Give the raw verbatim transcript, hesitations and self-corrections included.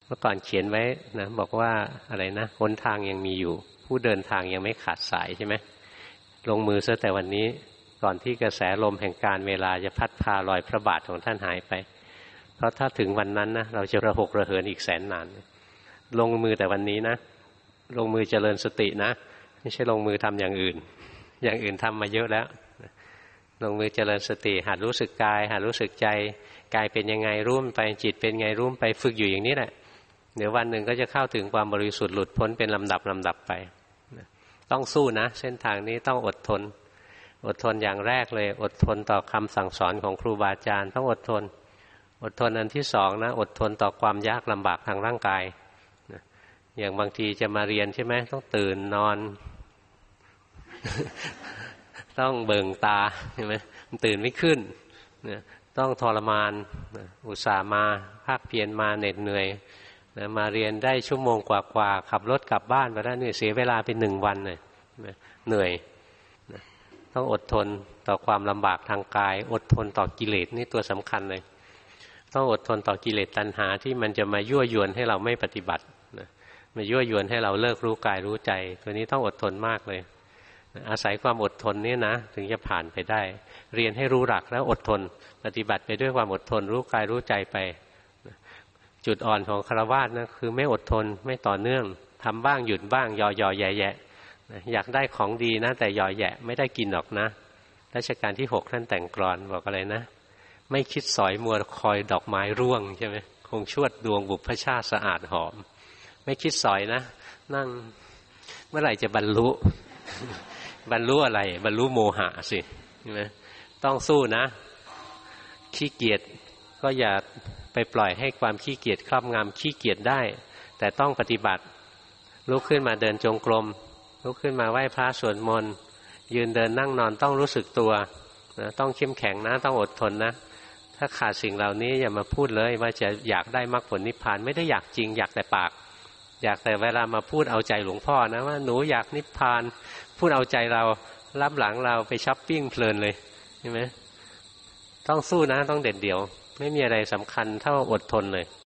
เมื่อก่อนเขียนไว้นะบอกว่าอะไรนะหนทางยังมีอยู่ผู้เดินทางยังไม่ขาดสายใช่ไหมลงมือซะแต่วันนี้ก่อนที่กระแสลมแห่งการเวลาจะพัดพาลอยพระบาทของท่านหายไปเพราะถ้าถึงวันนั้นนะเราจะระหกระเหินอีกแสนนานลงมือแต่วันนี้นะลงมือเจริญสตินะไม่ใช่ลงมือทำอย่างอื่นอย่างอื่นทำมาเยอะแล้วลงมือเจริญสติหัดรู้สึกกายหัดรู้สึกใจกายเป็นยังไงรู้มันไปจิตเป็นไงรู้มันไปฝึกอยู่อย่างนี้แหละเดี๋ยววันหนึ่งก็จะเข้าถึงความบริสุทธิ์หลุดพ้นเป็นลำดับลำดับไปต้องสู้นะเส้นทางนี้ต้องอดทนอดทนอย่างแรกเลยอดทนต่อคำสั่งสอนของครูบาอาจารย์ต้องอดทนอดทนอันที่สองนะอดทนต่อความยากลำบากทางร่างกายอย่างบางทีจะมาเรียนใช่ไหมต้องตื่นนอนต้องเบิ่งตาใช่ไหมตื่นไม่ขึ้นต้องทรมานอุตส่าห์มาภาคเพียรมาเหน็ดเหนื่อยมาเรียนได้ชั่วโมงกว่าๆขับรถกลับบ้านไปแล้วเนี่ยเสียเวลาเป็นหนึ่งวันเลยเหนื่อยต้องอดทนต่อความลำบากทางกายอดทนต่อกิเลสนี่ตัวสำคัญเลยต้องอดทนต่อกิเลสตัณหาที่มันจะมายั่วยวนให้เราไม่ปฏิบัติมายั่วยวนให้เราเลิกรู้กายรู้ใจตัวนี้ต้องอดทนมากเลยอาศัยความอดทนนี่นะถึงจะผ่านไปได้เรียนให้รู้หลักแล้วอดทนปฏิบัติไปด้วยความอดทนรู้กายรู้ใจไปจุดอ่อนของฆราวาสนะคือไม่อดทนไม่ต่อเนื่องทำบ้างหยุดบ้างยอยๆแยะๆอยากได้ของดีนะแต่ยอแยะไม่ได้กินหรอกนะรัชกาลที่หกท่านแต่งกลอนบอกอะไรนะไม่คิดสอยมัวคอยดอกไม้ร่วงใช่ไหมคงชวดดวงบุพชาติสะอาดหอมไม่คิดสอยนะนั่งเมื่อไหร่จะบรรลุบรรลุอะไรบรรลุโมหะสิใช่ไหมต้องสู้นะขี้เกียจก็อย่าไปปล่อยให้ความขี้เกียจครอบงำขี้เกียจได้แต่ต้องปฏิบัติลุกขึ้นมาเดินจงกรมลุกขึ้นมาไหว้พระสวดมนต์ยืนเดินนั่งนอนต้องรู้สึกตัวนะต้องเข้มแข็งนะต้องอดทนนะถ้าขาดสิ่งเหล่านี้อย่ามาพูดเลยว่าจะอยากได้มรรคผลนิพพานไม่ได้อยากจริงอยากแต่ปากอยากแต่เวลามาพูดเอาใจหลวงพ่อนะว่าหนูอยากนิพพานพูดเอาใจเรารับหลังเราไปช้อปปิ้งเพลินเลยใช่ไหมต้องสู้นะต้องเด็ดเดี่ยวไม่มีอะไรสำคัญเท่าอดทนเลย